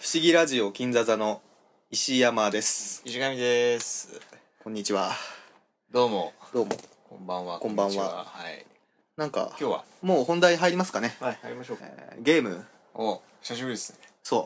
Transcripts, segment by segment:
思議ラジオ金座座の石山です。 石上です。 こんにちは。 どうも。 どうも。 こんばんは。 こんばんは。 こんにちは。はい。 なんか今日はもう本題入りますかね。 はい、入りましょう。 ゲーム。 お、久しぶりですね。 そう。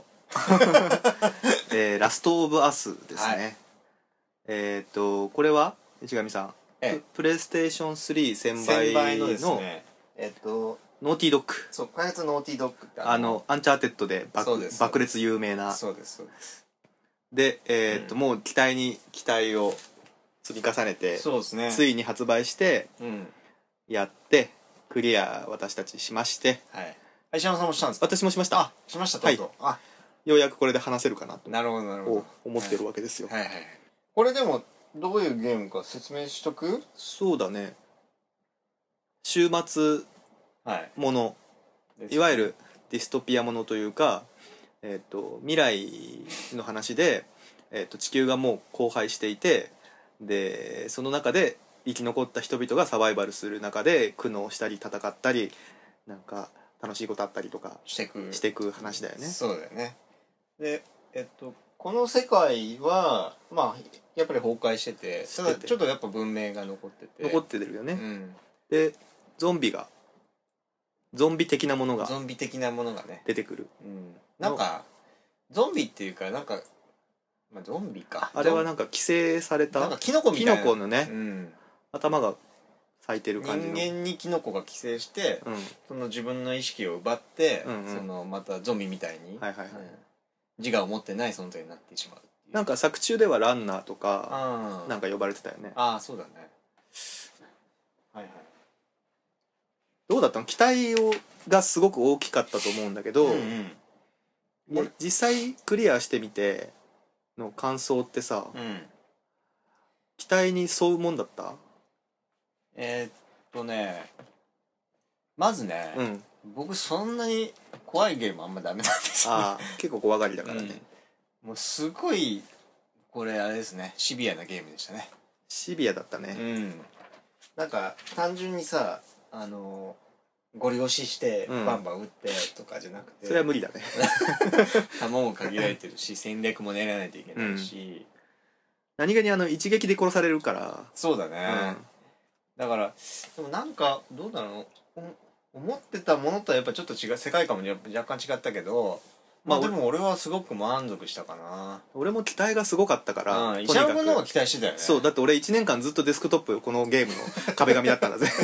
ラストオブアスですね。これは石上さん。プレイステーション3専売のですね。 ノーティードッグ。 そう、開発ノーティードッグってアンチャーテッドで爆裂有名な。 そうですそうです。 で、もう期待を積み重ねて、 そうですね。 ついに発売して、やってクリア私たちしまして、 はい。石山さんもしたんですか？ 私もしました。 しました。はい。 ようやくこれで話せるかなと。 なるほどなるほど。 思ってるわけですよ。 はいはい。これでもどういうゲームか説明しとく？ そうだね。週末もの、いわゆるディストピアものというか、未来の話で、地球がもう荒廃していて、でその中で生き残った人々がサバイバルする中で苦悩したり戦ったり、なんか楽しいことあったりとかしていく話だよね。 そうだよね。でこの世界はまあやっぱり崩壊してて、ただちょっとやっぱ文明が残ってるよね。でゾンビ的なものがね出てくる。 なんかゾンビっていうかなんか、まあ、ゾンビかあれはなんか寄生されたなんかキノコみたいな、 キノコのね、頭が咲いてる感じの人間にキノコが寄生して、その自分の意識を奪って、そのまたゾンビみたいに自我を持ってない存在になってしまう。 なんか作中ではランナーとかなんか呼ばれてたよね。 ああそうだね。はいはい。 どうだったの？期待がすごく大きかったと思うんだけど、実際クリアしてみての感想ってさ、期待に沿うもんだった？ まずね、僕そんなに怖いゲームあんまダメなんですよ。 結構怖がりだからね。 もうすごいこれあれですね、シビアなゲームでしたね。 シビアだったね。 なんか単純にさ、ゴリ押ししてバンバン撃ってとかじゃなくて、 それは無理だね。 弾も限られてるし、戦略も練らないといけないし、 何気に一撃で殺されるから。 そうだね。だからでもなんかどうだろう、思ってたものとはやっぱちょっと違う、世界観も若干違ったけど、まあでも俺はすごく満足したかな。 俺も期待がすごかったから、 石山君の方が期待してたよね。 そうだって俺1年間ずっとデスクトップこのゲームの壁紙だったんだぜ。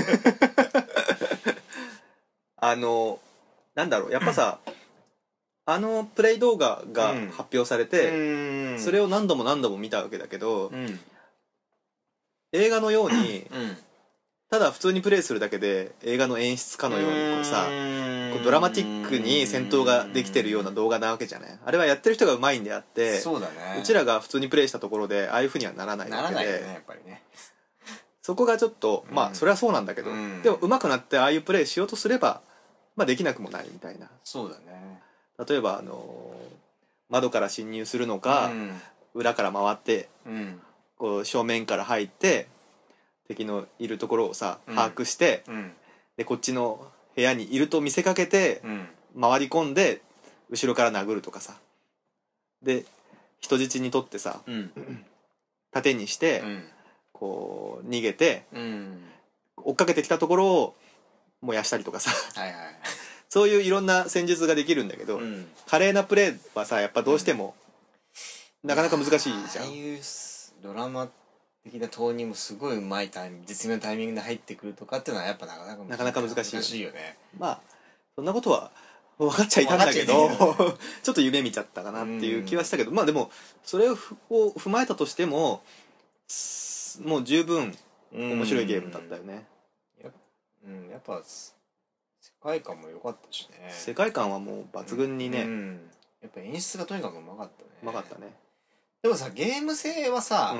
なんだろう、やっぱさ、プレイ動画が発表されて、それを何度も何度も見たわけだけど、映画のようにただ普通にプレイするだけで映画の演出かのようにこうさ、ドラマティックに戦闘ができてるような動画なわけじゃない。あれはやってる人がうまいんであって、 そうだね、 うちらが普通にプレイしたところでああいうふうにはならないわけで、 やっぱりね、 そこがちょっとまあそれはそうなんだけど、でも上手くなってああいうプレイしようとすればまあできなくもないみたいな。 そうだね。 例えば窓から侵入するのか、裏から回って、こう正面から入って敵のいるところをさ把握して、でこっちの部屋にいると見せかけて、回り込んで後ろから殴るとかさ、で人質にとってさ、盾にして、こう逃げて、追っかけてきたところを燃やしたりとかさ、そういういろんな戦術ができるんだけど、華麗なプレーはさやっぱどうしてもなかなか難しいじゃん。 ああいうドラマ的な投入もすごいうまい絶妙なタイミングで入ってくるとかっていうのはやっぱなかなか難しいよね。 まあそんなことは分かっちゃいたんだけどちょっと夢見ちゃったかなっていう気はしたけど、まあでもそれを踏まえたとしてももう十分面白いゲームだったよね。 やっぱ世界観も良かったしね。 世界観はもう抜群にね、 やっぱ演出がとにかくうまかったね。 うまかったね。 でもさ、ゲーム性はさ、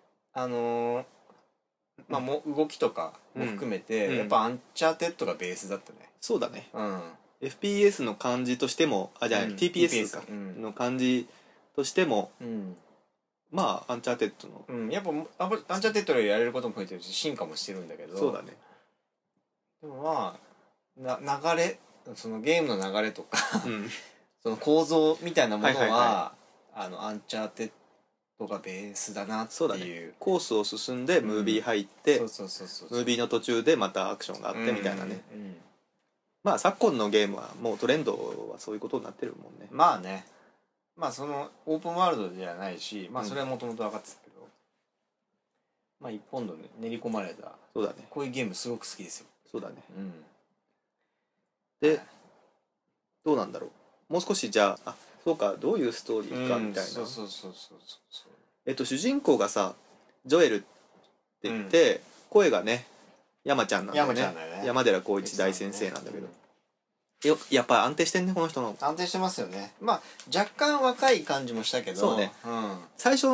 まあもう動きとかも含めて、やっぱアンチャーテッドがベースだったね。 そうだね。FPS の感じとしても、じゃあ TPS かの感じとしても、まあアンチャーテッドの、 やっぱアンチャーテッドでやれることも増えてるし進化もしてるんだけど、 そうだね。 でもまあ流れ、そのゲームの流れとかその構造みたいなものは、 はいはいはアンチャーテッドがベースだなっていう。 そうだね、コースを進んでムービー入って、ムービーの途中でまたアクションがあってみたいなね、まあ昨今のゲームはもうトレンドはそういうことになってるもんね。 まあね、まあそのオープンワールドじゃないし、まあそれはもともと分かってたけど、まあ一本の練り込まれた、 そうだね、 こういうゲームすごく好きですよ。 そうだね。 で、 で、どうなんだろう、もう少しじゃあ、そうか、どういうストーリーかみたいな。 そう主人公がさジョエルって言って、声がね山ちゃんなんだよね。山寺宏一大先生なんだけど、やっぱ安定してんね、この人の。 安定してますよね。まあ若干若い感じもしたけど、 そうね、最初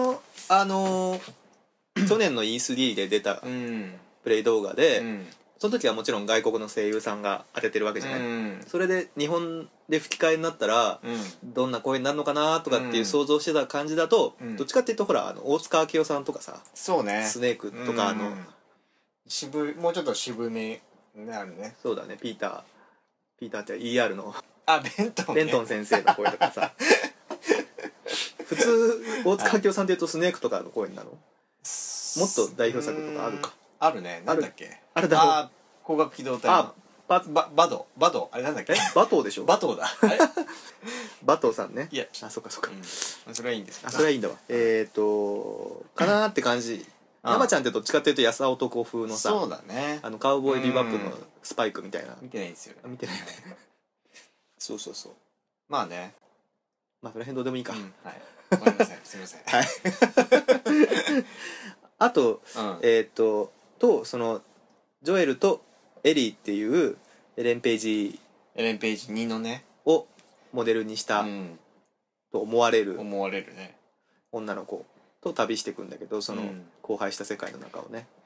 去年の E3 で出たプレイ動画で、その時はもちろん外国の声優さんが当ててるわけじゃない、それで日本で吹き替えになったら、どんな声になるのかなとかっていう想像してた感じだと、どっちかっていうとほら大塚明夫さんとかさ、 そうね、 スネークとかもうちょっと渋めになるね。 そうだね、ピーターって ER のベントン先生の声とかさ普通大塚明夫さんっていうとスネークとかの声になるの？もっと代表作とかあるか。 あるね。なんだっけ、 あれだろう、 光学機動隊のバドあれなんだっけ、 バトーでしょ。 バトーだあれバトーさんね。 いや、 そっかそっか、 それはいいんですけど、 それはいいんだわ。かなーって感じ。山ちゃんってどっちかっていうと安男風のさ、 そうだね、 カウボーイビバップのスパイクみたいな。 見てないんですよ。 見てないよねそうまあね、 まあその辺どうでもいいか。 はい、ごめんなさい、すいません。 はいあと、そのジョエルとエリーっていうエレン・ページ 2のねをモデルにしたと思われるね女の子と旅していくんだけど、その荒廃した世界の中をね。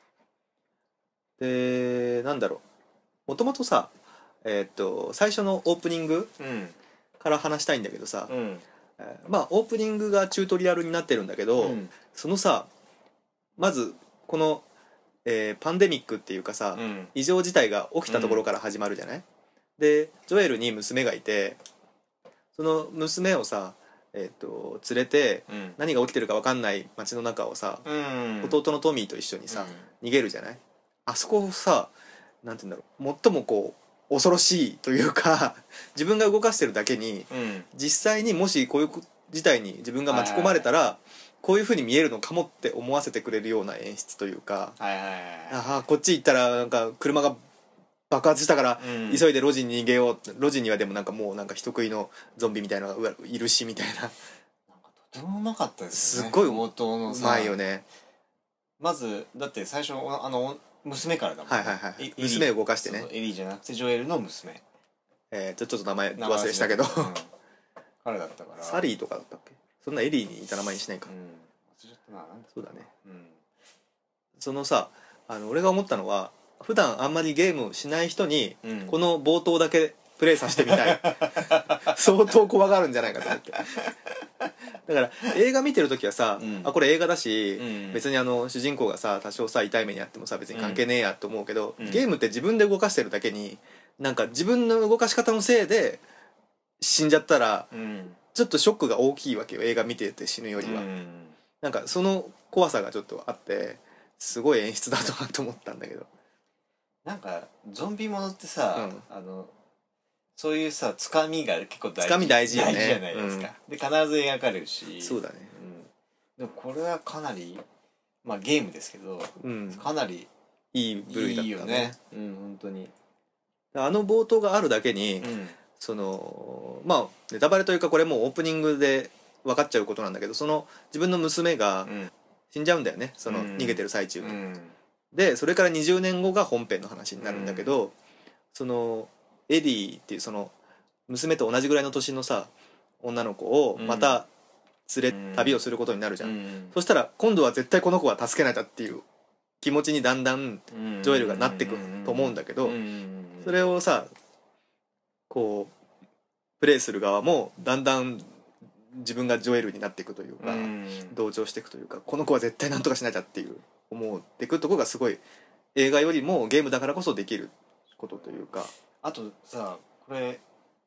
で、なんだろう、もともとさ、最初のオープニングから話したいんだけどさ、まあオープニングがチュートリアルになってるんだけど、そのさ、まずこの、パンデミックっていうかさ、異常事態が起きたところから始まるじゃない、でジョエルに娘がいて、その娘をさ、連れて、何が起きてるか分かんない街の中をさ、弟のトミーと一緒にさ、逃げるじゃない。あそこをさ、なんて言うんだろう、最もこう恐ろしいというか自分が動かしてるだけに、実際にもしこういう事態に自分が巻き込まれたら、こういう風に見えるのかもって思わせてくれるような演出というか、こっち行ったらなんか車が爆発したから、急いで路地に逃げよう、路地にはでもなんかもうなんか人食いのゾンビみたいなのがいるしみたいな、なんかとてもうまかったですよね。 すごい元のさ、 うまいよね。 まずだって最初娘からだもんね。娘を動かしてね。 エリーじゃなくてジョエルの娘、 ちょっと名前忘れしたけど彼だったから。 サリーとかだったっけ、そんなエリーにいた名前にしないか。 忘れちゃったな。 そうだね。そのさ、俺が思ったのは、普段あんまりゲームしない人に、この冒頭だけプレイさせてみたい相当怖がるんじゃないかと思ってだから映画見てる時はさ、これ映画だし、別に主人公がさ多少さ痛い目にあってもさ別に関係ねえやと思うけど、ゲームって自分で動かしてるだけに、なんか自分の動かし方のせいで死んじゃったら、ちょっとショックが大きいわけよ、映画見てて死ぬよりは。なんかその怖さがちょっとあって、すごい演出だなと思ったんだけど、 なんかゾンビものってさ、そういうさつかみが結構大事よね。大事じゃないですか、で必ず描かれるし。 そうだね、 でもこれはかなり、まあゲームですけど、かなりいい部類だったね。いいよね、 本当に。 冒頭があるだけに、そのまあネタバレというかこれもうオープニングで分かっちゃうことなんだけど、その自分の娘が死んじゃうんだよね、その逃げてる最中に。でそれから20年後が本編の話になるんだけど、そのエディっていうその娘と同じぐらいの年のさ女の子をまた旅をすることになるじゃん、そしたら今度は絶対この子は助けないとっていう気持ちにだんだんジョエルがなってくと思うんだけど、それをさこうプレイする側もだんだん自分がジョエルになっていくというか、同調していくというか、この子は絶対なんとかしなきゃっていう思っていくところがすごい映画よりもゲームだからこそできることというか。 あとさ、これ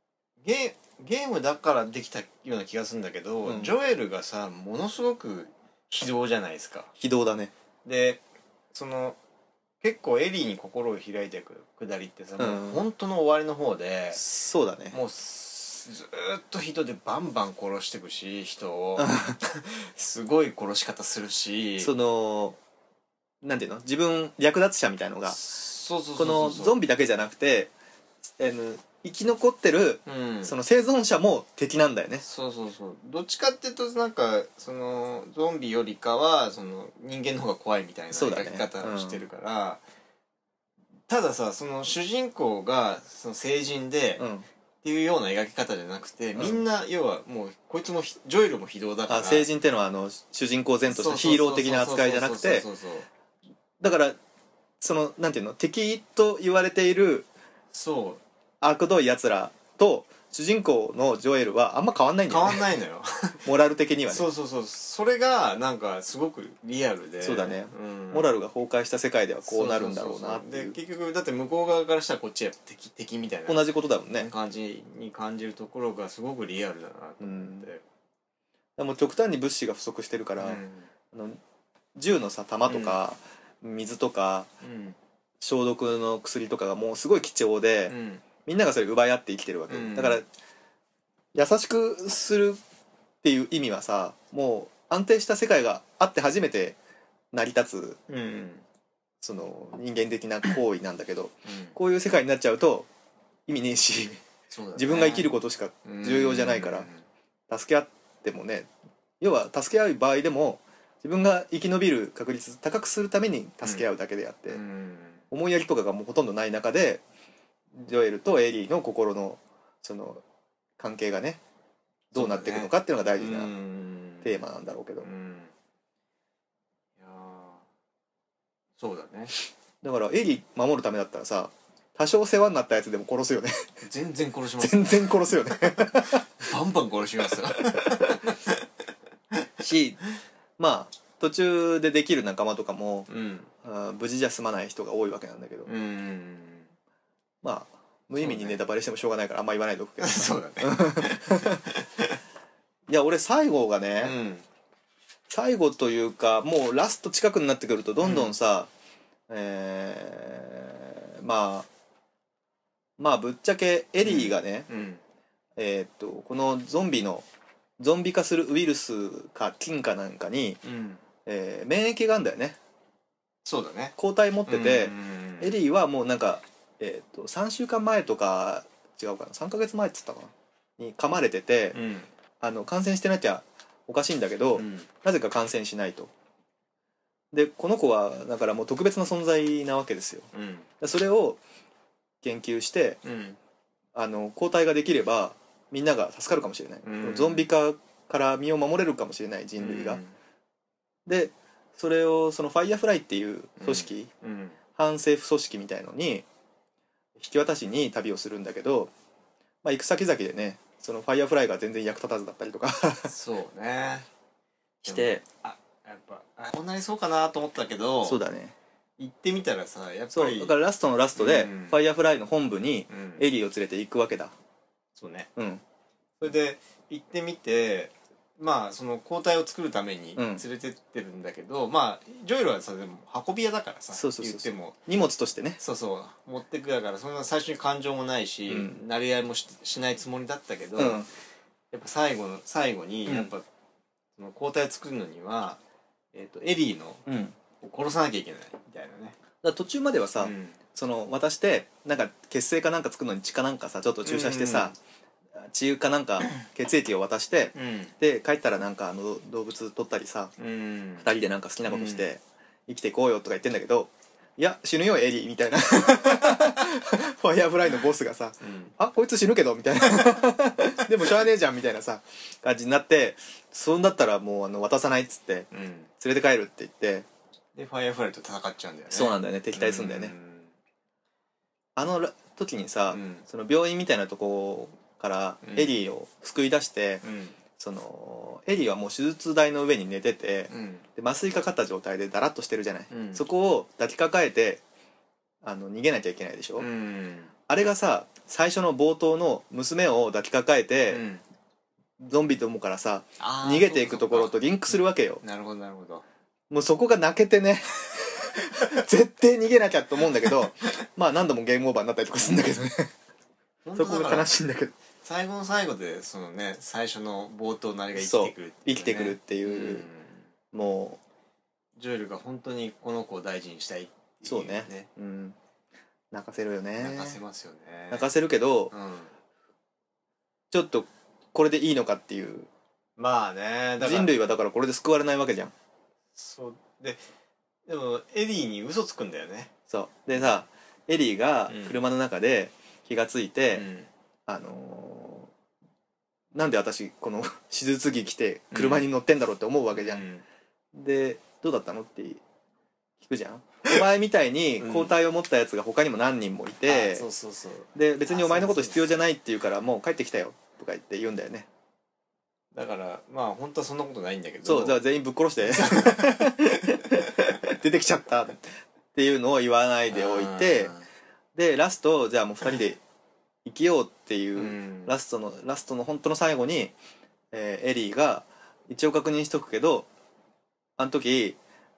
ゲームだからできたような気がするんだけど、ジョエルがさものすごく非道じゃないですか。 非道だね。 でその結構エリーに心を開いていくくだりってさ、もう本当の終わりの方で、 そうだね、 もうずーっと人でバンバン殺していくし、人をすごい殺し方するし、 そのなんていうの、自分略奪者みたいのがこのゾンビだけじゃなくて生き残ってる、その生存者も敵なんだよね。 そうどっちかっていうとなんかそのゾンビよりかはその人間の方が怖いみたいな描き方をしてるから、たださその主人公がその成人で、っていうような描き方じゃなくて、みんな要はもうこいつもジョエルも非道だから、 成人っていうのは主人公前としたヒーロー的な扱いじゃなくて、だからそのなんていうの、敵と言われている悪どいやつらと主人公のジョエルはあんま変わんないんだよね。 変わんないのよモラル的にはね。 それがなんかすごくリアルで、 そうだね、モラルが崩壊した世界ではこうなるんだろうなっていう。 で結局だって向こう側からしたらこっちは敵みたいな同じことだもんね、 感じに感じるところがすごくリアルだなと思って、 でも極端に物資が不足してるから、銃のさ弾とか、水とか、消毒の薬とかがもうすごい貴重で、みんながそれ奪い合って生きてるわけ、だから優しくするっていう意味はさ、もう安定した世界があって初めて成り立つ、その人間的な行為なんだけど、こういう世界になっちゃうと意味ねえし、自分が生きることしか重要じゃないから、助け合ってもね、要は助け合う場合でも自分が生き延びる確率高くするために助け合うだけであって、思いやりとかがもうほとんどない中でジョエルとエリーの心のその関係がねどうなっていくのかっていうのが大事なテーマなんだろうけど、いやそうだね。 だからエリー守るためだったらさ、多少世話になったやつでも殺すよね全然殺します全然殺すよねバンバン殺しますよし、まあ途中でできる仲間とかも、無事じゃ済まない人が多いわけなんだけど、まあ無意味にネタバレしてもしょうがないからあんま言わないでおくけどそうだねいや俺最後がね、最後というかもうラスト近くになってくるとどんどんさ、まあぶっちゃけエリーがね、このゾンビ化するウイルスか菌かなんかに、免疫があるんだよね。 そうだね、 抗体持ってて、エリーはもうなんか、3週間前とか違うかな、3ヶ月前っつったかなに噛まれてて、感染してなきゃおかしいんだけど、なぜか感染しないと。でこの子はだからもう特別な存在なわけですよ、それを研究して、抗体ができればみんなが助かるかもしれない、ゾンビ化から身を守れるかもしれない人類が、でそれをそのファイヤーフライっていう組織、反政府組織みたいのに引き渡しに旅をするんだけど、まあ、行く先々でねそのファイヤーフライが全然役立たずだったりとかそうねしてやっぱこうなりそうかなと思ったけど、 そうだね、 行ってみたらさやっぱりそうだからラストのラストで、ファイヤーフライの本部にエリーを連れて行くわけだ、 そうね、それで行ってみて、まあその抗体を作るために連れてってるんだけど、まあジョエルはさでも運び屋だからさ、言っても荷物としてね、 持ってくだからそんな最初に感情もないし、馴れ合いも しないつもりだったけど、やっぱ最後にやっぱその抗体を作るのには、エリーの殺さなきゃいけないみたいなね。 だ途中まではさ、その渡してなんか血清かなんか作るのに血かなんかさちょっと注射してさ、血油かなんか血液を渡して、で帰ったらなんか動物取ったりさ、2人でなんか好きなことして生きていこうよとか言ってんだけど、いや死ぬよエリーみたいなファイヤーフライのボスがさ、あこいつ死ぬけどみたいなでもしゃあねえじゃんみたいなさ感じになって、そんだったらもう渡さないっつって、連れて帰るって言ってでファイヤーフライと戦っちゃうんだよね。 そうなんだよね、敵対するんだよね、あの時にさ、その病院みたいなとこからエリーを救い出して、そのエリーはもう手術台の上に寝てて、で麻酔かかった状態でダラッとしてるじゃない、そこを抱きかかえて逃げなきゃいけないでしょ、 あれがさ最初の冒頭の娘を抱きかかえて、ゾンビどもからさ逃げていくところとリンクするわけよ。 なるほどなるほど。 もうそこが泣けてね絶対逃げなきゃと思うんだけどまあ何度もゲームオーバーになったりとかするんだけどねそこが悲しいんだけど、 最後の最後でそのね最初の冒頭のあれが生きてくるっていう、ね、 生きてくるっていう、もうジョエルが本当にこの子を大事にしたいっていう、 そうね、泣かせるよね。 泣かせますよね。 泣かせるけど、ちょっとこれでいいのかっていう。 まあね、 だから人類はだからこれで救われないわけじゃん。 そうでもエリーに嘘つくんだよね。 そうでさ、エリーが車の中で気がついて、なんで私この手術着着て車に乗ってんだろうって思うわけじゃん、でどうだったのって聞くじゃん。お前みたいに抗体を持ったやつが他にも何人もいて、で別にお前のこと必要じゃないって言うからもう帰ってきたよとか言うんだよね。 だからまあ本当はそんなことないんだけど、 そうじゃあ全員ぶっ殺して出てきちゃったっていうのを言わないでおいて、でラストじゃあもう2人で生きようっていうラストの本当の最後に、エリーが一応確認しとくけど、あの時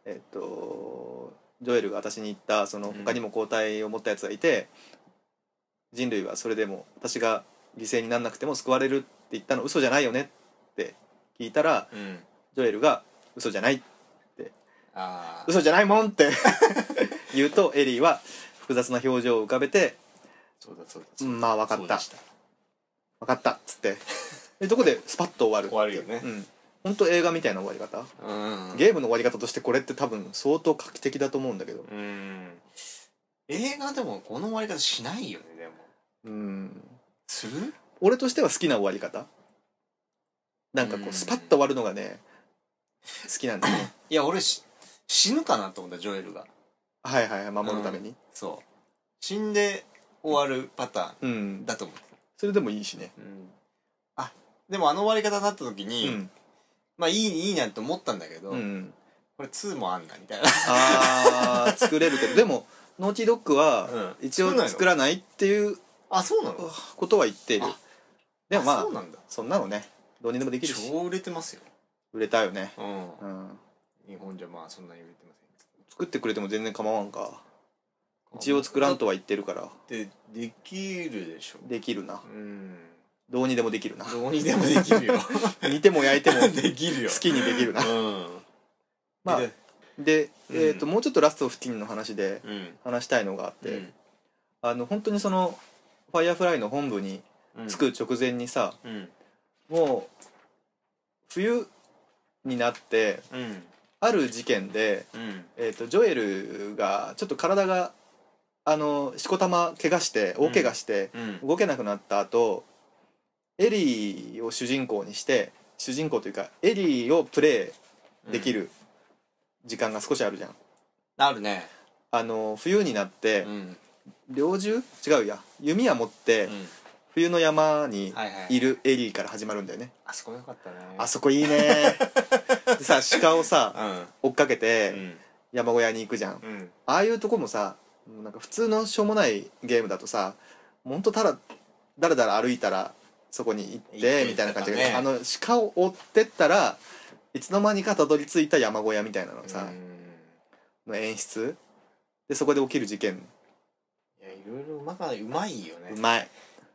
ジョエルが私に言ったその他にも抗体を持ったやつがいて、人類はそれでも私が犠牲にならなくても救われるって言ったの嘘じゃないよねって聞いたら、ジョエルが嘘じゃないって嘘じゃないもんって言うと、エリーは複雑な表情を浮かべてまあ分かった分かったっつってでどこでスパッと終わるよね。 本当映画みたいな終わり方、ゲームの終わり方としてこれって多分相当画期的だと思うんだけど、 映画でもこの終わり方しないよね。でもする？ 俺としては好きな終わり方、なんかこうスパッと終わるのがね好きなんだよね。 いや俺死ぬかなと思った、ジョエルが守るために、 そう死んで終わるパターンだと思う、 それでもいいしね、 でもあの終わり方になった時に、まあいいなと思ったんだけど、これ2もあんなみたいな作れるけどでもノーティードッグは一応作らないっていうことは言っている。でもまあそんなのねどうにでもできるし、 超売れてますよ。 売れたよね。 日本じゃまあそんなに売れてません。 作ってくれても全然構わんか。一応作らんとは言ってるから。 できるでしょ。 できるな。どうにでもできるな。 どうにでもできるよ。 煮ても焼いてもできるよ。 好きにできるな。まあでもうちょっとラスト付近の話で話したいのがあって、本当にそのファイアフライの本部に着く直前にさ、もう冬になって、ある事件で、ジョエルがちょっと体がしこたま怪我して大怪我して動けなくなった後、エリーを主人公にして主人公というかエリーをプレイできる時間が少しあるじゃん。 あるね。 冬になって、猟銃違うや弓矢持って、冬の山にいるエリーから始まるんだよね。 あそこよかったね。 あそこいいねでさ鹿をさ、追っかけて山小屋に行くじゃん、ああいうとこもさ、なんか普通のしょうもないゲームだとさ、ほんとだらだら歩いたらそこに行ってみたいな感じで、鹿を追ってったらいつの間にかたどり着いた山小屋みたいなのさ、の演出でそこで起きる事件、 いやいろいろうまいよね。 うまい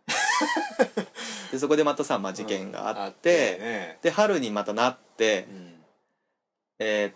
でそこでまたさ、事件があって、で春にまたなって、2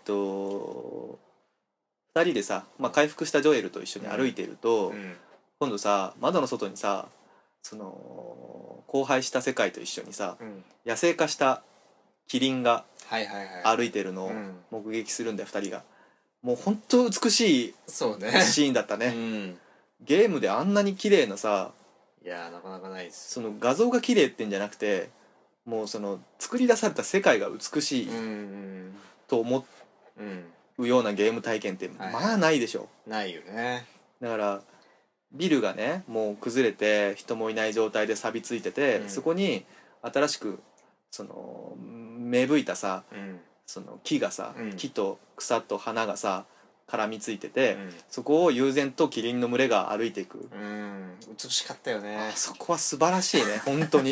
人でさ、回復したジョエルと一緒に歩いていると、今度さ窓の外にさ、その荒廃した世界と一緒にさ、野生化したキリンが歩いてるのを目撃するんだよ、2人が。もう本当美しいシーンだったね。ゲームであんなに綺麗なさ、 いやなかなかないです。 その画像が綺麗ってんじゃなくて、もうその作り出された世界が美しいと思うようなゲーム体験ってまあないでしょ。 ないよね。 だからビルがねもう崩れて人もいない状態で錆びついてて、そこに新しくその芽吹いたさ、その木がさ、木と草と花がさ絡みついてて、そこを悠然とキリンの群れが歩いていく。 美しかったよね。 そこは素晴らしいね本当に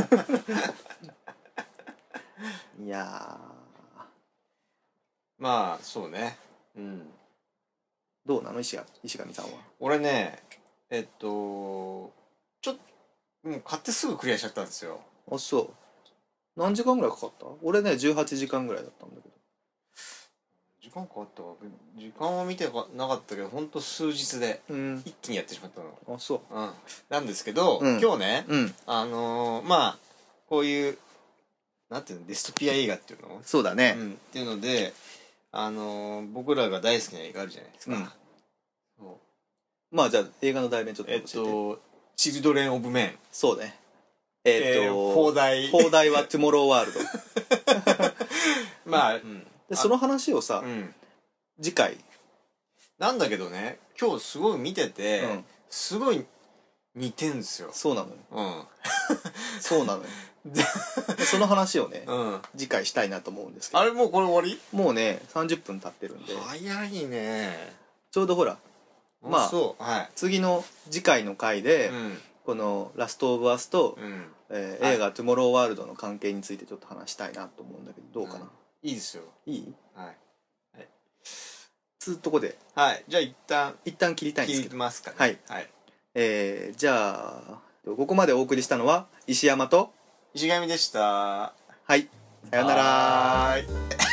いやまあそうね。 どうなの石上さんは。 俺ねちょっともう買ってすぐクリアしちゃったんですよ。 あ、そう。何時間ぐらいかかった？俺ね18時間ぐらいだったんだけど。 時間かかったわ。時間は見てなかったけどほんと数日で一気にやってしまったの。 あ、そう。 なんですけど、今日ね、まあこういうなんていうの、ディストピア映画っていうの、 そうだね、 っていうので僕らが大好きな映画あるじゃないですか。 まあじゃあ映画の題名ちょっと教えて。 チルドレン・オブ・メン。 そうね。 放題はトゥモローワールドまあ、 でその話をさ、次回なんだけどね、今日すごい見てて、すごい似てんですよ。 そうなのよ。そうなのよその話をね、次回したいなと思うんですけど。 あれもうこれ終わり？ もうね30分経ってるんで。 早いね。 ちょうどほらまあ次の次回の回で、この「ラスト・オブ・アス」と映画「トゥモローワールド」の関係についてちょっと話したいなと思うんだけど、どうかな。 いいですよ。 いい？ はい。 つうとこで、 じゃあ一旦切りたいんですけど。 切りますかね。 はい。じゃあここまでお送りしたのは石山と石上でした。 はい、さよなら。